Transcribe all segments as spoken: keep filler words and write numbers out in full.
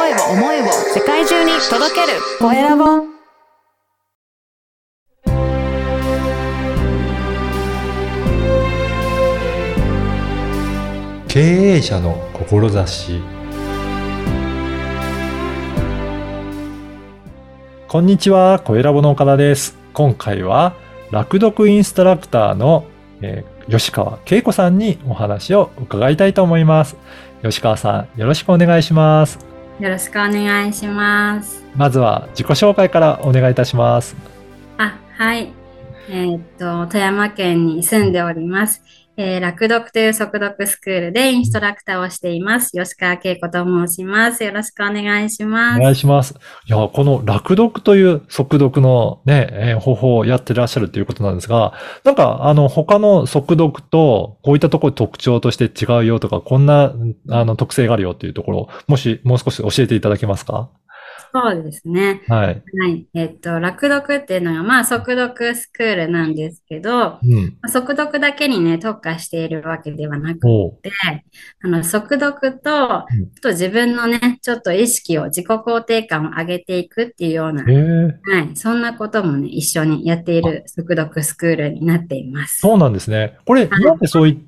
声を思いを世界中に届けるコエラボ。 経営者の志。こんにちは、コエラボの岡田です。今回は楽読インストラクターの、えー吉川恵子さんにお話を伺いたいと思います。吉川さん、よろしくお願いします。 よろしくお願いします。 まずは自己紹介からお願いいたします。 あ、はい。えーっと、富山県に住んでおります。えー、楽読という速読スクールでインストラクターをしています。吉川恵子と申します。よろしくお願いしおます。 願いします。いや、この楽読という速読のね、えー方法をやってらっしゃるということなんですが、なんか、あの、他の速読と、こういったところ特徴として違うよとか、こんな、あの、特性があるよっていうところ、もし、もう少し教えていただけますか？ そうですね。 はい。 はい。えっと、楽読っていうのが、まあ、速読スクールなんですけど、まうん。 あ速読だけにね、特化しているわけではなくっおう。 て、あの、速読と、ちょうん。 っと自分のね、ちょっと意識を、自己肯定感を上げていくっていうような、 ええ。 はい、そんなこともね、一緒にやっていあ、 る速読スクールになっています。 そうなんですね。これ、 はい。 なんでそういった、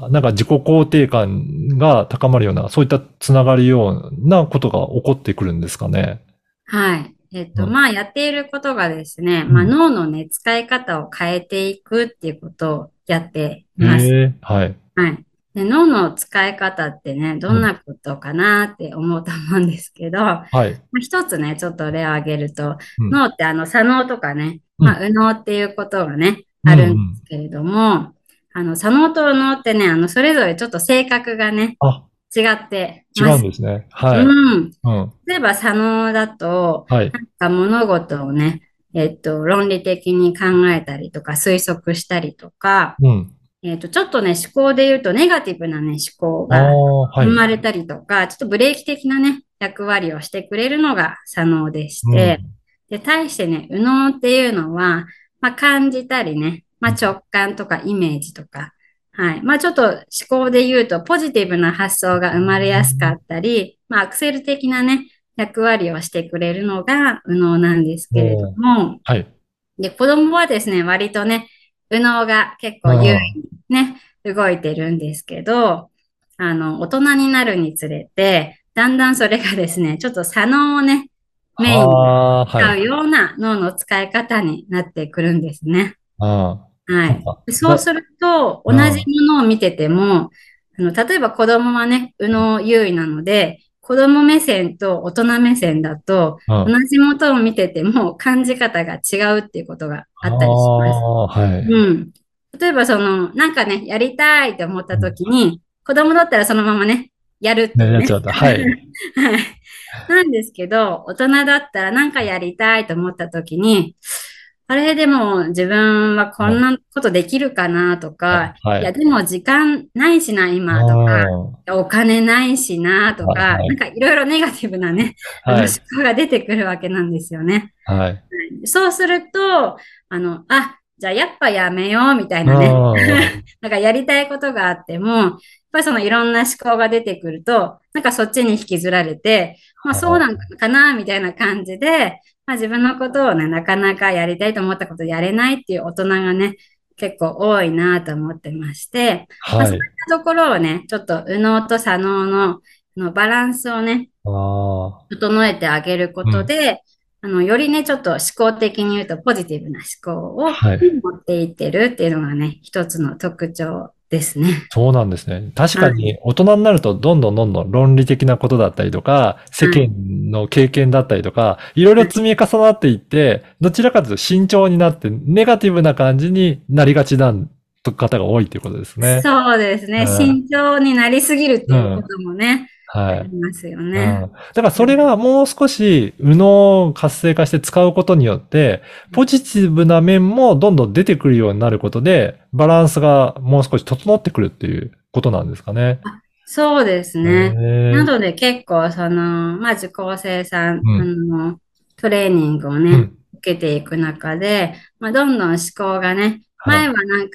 なんか自己肯定感が高まるような、そういったつながるようなことが起こってくるんですかね。 はい。えっと、 うん。 まあ、やっていることがですね、まあ、 うん。 脳のね、使い方を変えていくっていうことをやっていへます。 え、はい。 はい。で、脳の使い方ってね、どうん。 んなことかなって思うと思うんですけど、まはい。 あ、一つね、ちょっと例を挙げると、 うん。 脳ってあの、左脳とかね、まあ、 うん。 右脳っていうことがね、 うん。 あるんでうん。 すけれども、あの、左脳と右脳ってね、あの、それぞれちょっと性格がね、 あ、 違って違うんます。 ですね。はい。 うん。 うん。 例えば、左脳だと、 はい。 なんか物事をね、えっと、論理的に考えたりとか、推測したりとか、 うん。 えっと、ちょっとね、思考で言うと、ネガティブなね、思考あがあ、はい。 生まれたりとか、ちょっとブレーキ的なね、役割をしてくれるのが左脳でしうん。 て、で、対してね、右脳っていうのは、まあ、感じたりね、まあ、 うん。 直感とかイメージとか、はい。まあ、ちょっと思考で言うと、ポジティブな発想が生まれやすかったり、まあ、アクセル的なね、役割をしてくれるのが右脳なんですけれどおー。 も、 はい。 で、子供はですね、割とね、右脳が結構優位うん。 にね、動いてるんですけど、あの、大人になるにつれて、だんだんそれがですね、ちょっと左脳をね、メインにはあ、はい。 使うような脳の使い方になってくるんですね。 ああ。 はい。 なんか、 でそうだ、 すると、同じうん。 ものを見てても、あの、例えば子供はね、右脳優位なので、子供目線と大人目線だと、 うん。 同じものを見てても感じ方が違うっていうことがああったりします。 あ、はい。 うん。例えばその、なんかね、やりたいと思ったうん。 時に、子供だったらそのままね、やるっていうね。 ね、やっちゃった。はい。 はい。なんですけど、大人だったらなんかやりたいと思った時に、あれでも自分はこうん。 んなことできるかなとか、いやはい。 でも時間ないしなう今とか、 ん。はお金ないしなとい、 か、 はい。 なんかいろいろネガティブなね、あの思はい。 考が出てくるわけなんですよね。 はい。 そうすると、あの、あ、じゃあやっぱやめようみたいうなね。 ん。 なんかやりたいことがあっても、やっぱりそのいろんな思考が出てくると、なんかそっちに引きずられて、まあそうなんはかなみたいな感じで、まあ自分のことをね、なかなかやりたいと思ったことやれないっていう大人がね、結構多いなと思ってまして、まあそういっはい。 たところをね、ちょっと右脳と左脳の、あのバランスをね、 ああ。 整えてあげるこうん。 とで、あの、よりね、ちょっと思考的に言うとポジティブな思考をはい。 持っていってるっていうのがね、一つの特徴ですね。 そうなんですね。確かはい。 に大人になるとどんどんどんどん論理的なことだったりとか、世間はい。 の経験だったりとか、いろいろはい。 積み重なっていって、どちらかというと慎重になってネガティブな感じになりがちな方が多いということですね。 そうですね。 うん。 慎重になりすぎるってうん。 いうこともね、あはい。 りますようん。 ね。 だからそれがもう少し右脳を活性化して使うことによって、ポジティブな面もどんどん出てくるようになることで、バランスがもう少し整ってくるっていうことなんですかね。 そうですへね。なえ。 ので結構、その、まあ、受講生さん、あうん。 の、トレーニングをね、 うん。 受けていく中で、まあ、どんどん思考がね、 はい。 前はなんか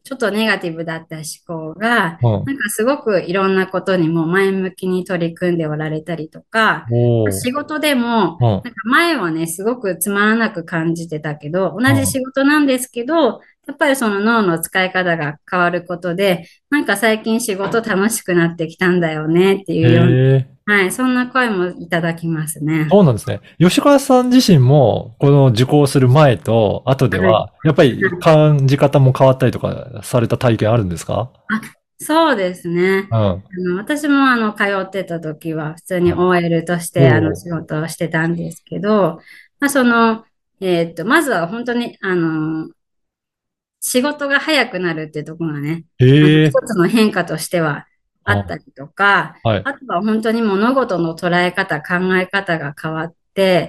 ちょっとネガティブだった思考が、 うん。 なんかすごくいろんなことにも前向きに取り組んでおられたりとか、 おー。 仕事でも、 うん。 なんか前はね、すごくつまらなく感じてたけど、同じうん。 仕事なんですけど、やっぱりその脳の使い方が変わることで、なんか最近仕事楽しくなってきたんだよねっていへうようえ。 な、はい、そんな声もいただきますね。 そうなんですね。吉川さん自身も、この受講する前と後ではい。 は、やっぱり感じ方も変わったりとかされた体験あるんですか？ あ、そうですね。 うん。 あの、私もあの、通ってた時は普通にはい。 オーエル としてあの、 おー。 仕事をしてたんですけど、まあ、その、えーっと、まずは本当に、あの、仕事が早くなるっていうところがね、あの、 へえ。 一つの変化としてはあっあ、 たりとか、 はい。 あとは本当に物事の捉え方、考え方が変わって、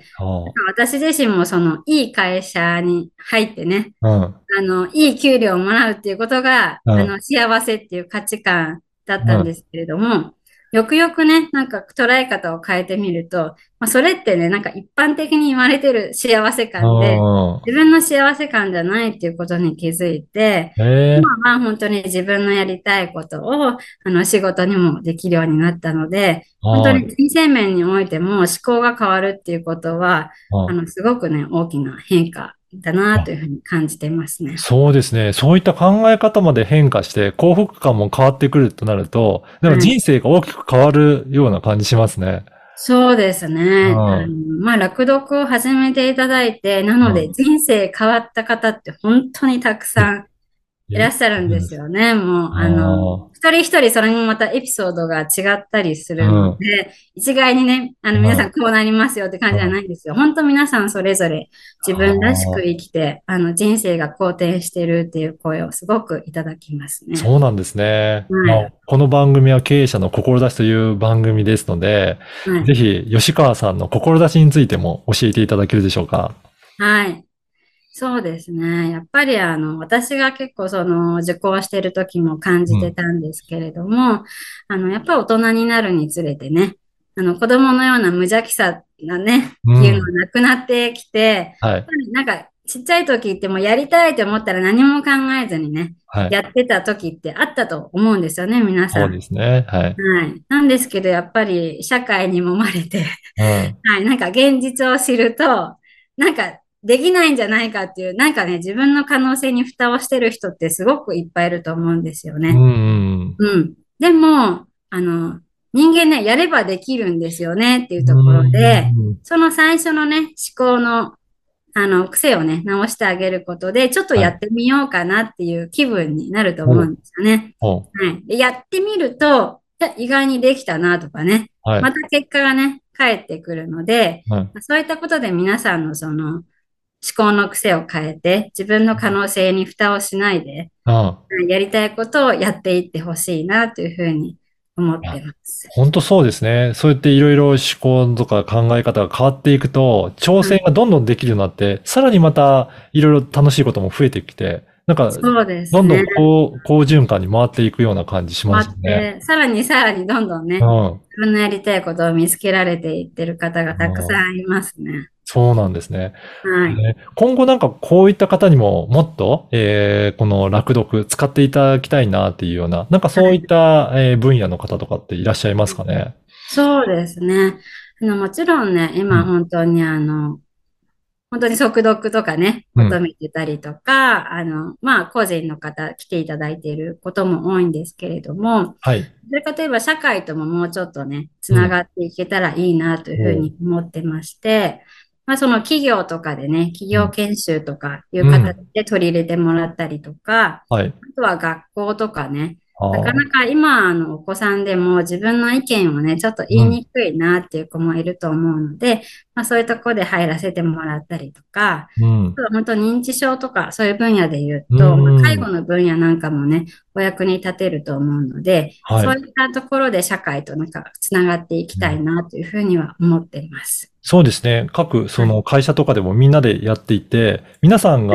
あ私自身もその、いい会社に入ってね、 あ。うん。 あの、いい給料をもらうっていうことが、 うん。 あの、幸せっていう価値観だっうん。 たんですけれども、よくよくね、なんか捉え方を変えてみると、まあ、それってね、なんか一般的に言われてる幸せう感で、 ん。 自分の幸せ感じゃないっていうことに気づいて、 へえ。 今は本当に自分のやりたいことを、あの、仕事にもできるようになったので、本当はい。 に人生面においても思考が変わるっていうことは、 うん。 あの、すごくね、大きな変化だなあ、 というふうに感じていますね。 そうですね。そういった考え方まで変化して幸福感も変わってくるとなると、でもはい。 人生が大きく変わるような感じしますね。 そうですうね。あん。 の、まあ、落読を始めていただいて、なのでうん。 人生変わった方って本当にたくえ、 さんいらえ、 っしゃるんでうん。 すよね。もう、あの、 あ一人一人それもまたエピソードが違ったりすあ。うるのん。 で、一概にね、あの、皆さうん。 んこうなりますよって感じじゃうん。 ないんですよ。本当皆さんそれぞれ自あ分らしくあ。 生きて、あの、人生が好転してるっていう声をすごくいただきますね。 そうなんですね。まあ、 はい。 この番組は経営者の志という番組ですので、 はい。 ぜひ吉川さんの志についても教えていただけるでしょうか。 はい。そうですね。やっぱりあの、私が結構その受講してる時も感じてうん。 たんですけれども、あの、やっぱり大人になるにつれてね、あの、子供のような無邪気さがね、っていうのうん。 がなくなってきて、やっはい。 ぱりなんかちっちゃい時ってもうやりたいと思ったら何も考えずにね、 はい。 やってた時ってあったと思うんですよね、皆そうさん。 ですね。はい。 はい。なんですけど、やっぱり社会に揉まれて、 うん。 はい、なんか現実を知ると、なんかできないんじゃないかっていう、なんかね、自分の可能性に蓋をしてる人ってすごくいっぱいいると思うんですよね。 うん。うん。 うん。でも、あの、人間ね、やればできるんですよねっていうとこうろで、 ん。 その最初のね、思考の、あの、癖をね、直してあげることで、ちょっとはい。 やってみようかなっていう気分になると思おう。 うんですよね。 おう。 はい。で、やってみると、いや意外にできたなとかね、 はい。 また結果がね、返ってくるので、 はい。 そういったことで皆さんのその思考の癖を変えて、自分の可能性に蓋をしないで、 あやりたいことをやっていってほしいなというふうに思っあ。 てます。 本当そうですね。そうやっていろいろ思考とか考え方が変わっていくと、挑はい。 戦がどんどんできるようになって、さらにまたいろいろ楽しいことも増えてきて、なんか、 そうですどんどんね。 好、好循環に回っていくような感じしま回すよね。 って、さらにさらにどんどんね、 うん。 自分のやりたいことを見つけられていってる方がたくうん。 さんいますね。 そうなんですね。 はい。 ね今後なんかこういった方にももっと、えーこの落読使っていただきたいなっていうような、なんかそういっはい。 た、えー分野の方とかっていらっしゃいますかね。 そうですね。あの、もちろんね、今うん。 本当にあの、本当に速読とかね、 うん。 求めてたりとか、あの、まあ、個人の方来ていただいていることも多いんですけれども、 はい。 それ例えば社会とももうちょっとね、つうん。 ながっていけたらいいなというふうおう。 に思ってまして、まあ、その企業とかでね、企うん。 業研修とかいううん。 形で取り入れてもらったりとか、あはい。 とは学校とかね、 ああ。 なかなか今、あの、お子さんでも自分の意見をね、ちょっと言いうん。 にくいなっていう子もいると思うので、まあそういうところで入らせてもらったりとか、 うん。 あとは本当認知症とかそういう分野で言ううと、まあ、介護ん。 の分野なんかもね、お役に立てると思うので、 はい。 そういったところで社会となんかつながっていきたいなというふうには思っています。 そうですね。各、そはい。 の会社とかでもみんなでやっていて、皆さんが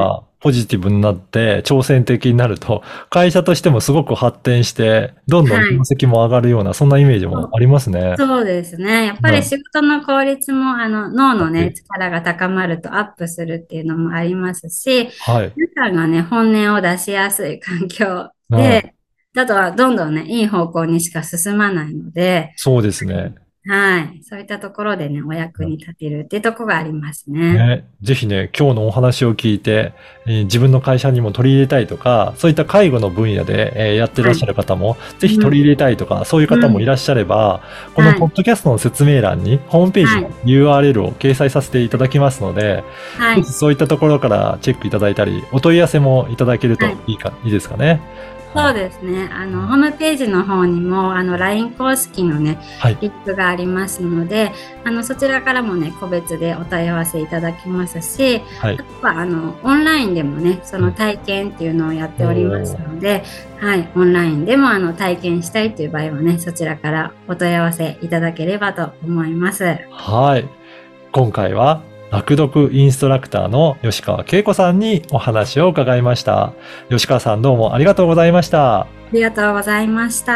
ポジティブになって挑戦的になると、会社としてもすごく発展して、どんどん業績も上がるような、そんなイメージもありますね。 そうですね。やっぱり仕事の効率も、あの、脳のね、 はい。 力が高まるとアップするっていうのもありますし、 はい。 皆さんがね、本音を出しやすい環境はい。 で、あとはどんどんね、いい方向にしか進まないので、 そうですね。 はい。そういったところでね、お役に立てるっていうところがありますね。 ね、ぜひね、今日のお話を聞いて、えー自分の会社にも取り入れたいとか、そういった介護の分野で、えーやってらっはい。 しゃる方も、ぜひうん、 取り入れたいとか、そういううん。 方もいらっしゃれば、このはい。 ポッドキャストの説明欄にホームページのはい。 ユーアールエル を掲載させていただきますので、 はい。 ぜひそういったところからチェックいただいたり、お問い合わせもいただけるはい。 といいか、いいですかね。はそうい。 ですね。あの、ホームページの方にも、あの、ライン 公式のね、 はい。 リンクがありますので、あの、そちらからもね、個別でお問い合わせいただきますし、 はい。 あとは、あの、オンラインでもね、そのうん。 体験っていうのをやっておりますおー。 ので、はい、オンラインでも、あの、体験したいという場合はね、そちらからお問い合わせいただければと思います。 はい。今回は、落読インストラクターの吉川恵子さんにお話を伺いました。吉川さんどうもありがとうございました。 ありがとうございました。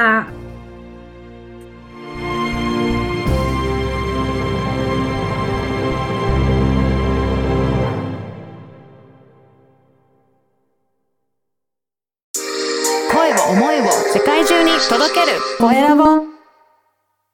声を思いを世界中に届けるコエラボ。